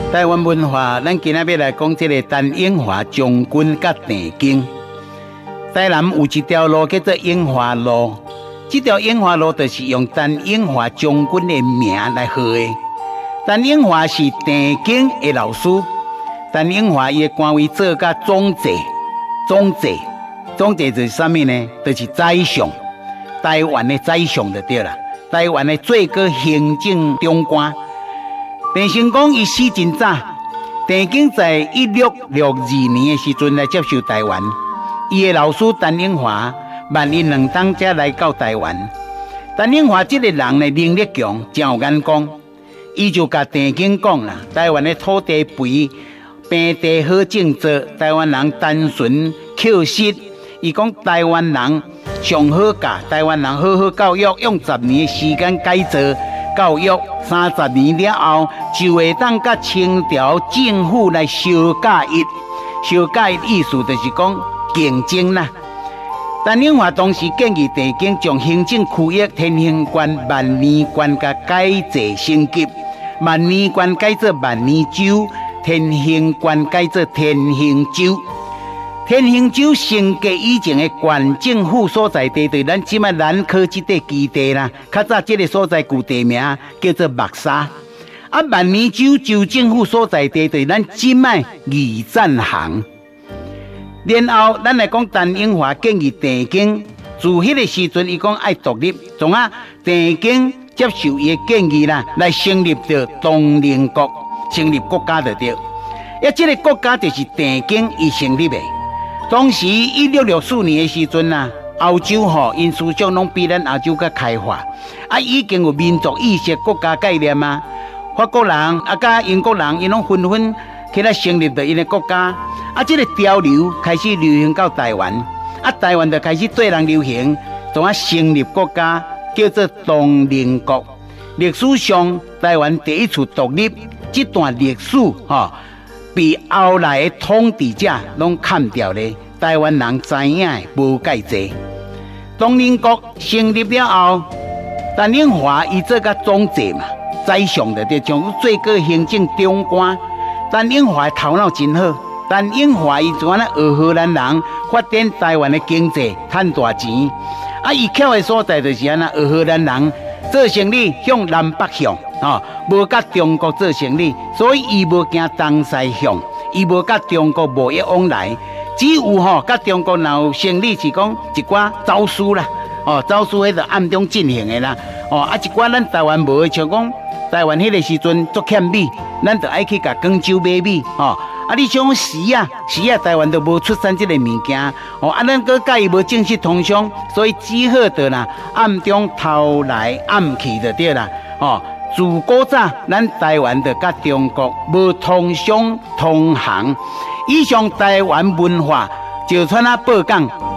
台湾文化，咱今仔要来讲这个陈永华将军甲郑经。台南有一条路叫做永华路，这条永华路就是用陈永华将军的名来号的。陈永华是郑经的老师，陈永华伊的官位做甲总制，总制就是啥物呢？就是宰相，台湾的宰相就对啦，台湾的最高行政长官。郑成功伊死真早，郑经在1662年的时阵来接受台湾，伊的老师陈永华万因两当才来到台湾。陈永华这个人呢，能力强，真有眼光，伊就甲郑经讲啦：台湾的土地肥，平地好种植，台湾人单纯刻实。伊讲台湾人上好教，台湾人好好教育，用10年的时间改造。教育30年了后，就会当甲清朝政府来相加一，相加一意思就是讲竞争啦。陈永华当时建议郑经将行政区域天兴县、万年县甲改制升级，万年县改做万年州，天兴县改做天兴州。天兴州承继以前的县政府所在地，对咱即卖南科这块基地啦。较早这个所在旧地名叫做木沙。啊，万年州州政府所在地，对咱即卖二站行。然后咱来讲，陈永华建议郑经，自迄个时阵，伊讲爱独立，从郑经接受伊的建议啦，来成立着东宁国，成立国家就对。这个国家就是郑经伊成立的。当时1664年的时阵欧洲因思想拢比咱亚洲较开化，已经有民族意识、国家概念啊。法国人甲英国人，因拢纷纷起来成立着因的国家。这个潮流开始流行到台湾，台湾就开始对人流行，从成立国家叫做东宁国。历史上台湾第一次独立，这段历史被后来的统治者拢砍掉了，台湾人知影的无介济。东宁国成立了后，陈永华伊做甲总制嘛，宰相就对，像最高行政长官。陈永华头脑真好，陈永华伊怎啊学荷兰人发展台湾的经济，赚大钱。伊巧的所在就是学荷兰人做生意向南北向。无甲中国做生意，所以伊无行东西向，伊无甲中国贸易往来，只有甲中国若有生意是讲一寡走私啦，走私迄个暗中进行的啦，一寡咱台湾无的，像讲台湾迄个时阵足欠米，咱就爱去甲广州买米，你像时啊，台湾都无出产这个物件，咱个甲伊无正式通商，所以只好的啦，暗中偷来暗去就对啦，自古早，咱台湾就甲中国无通商通航。以上台湾文化就像报讲。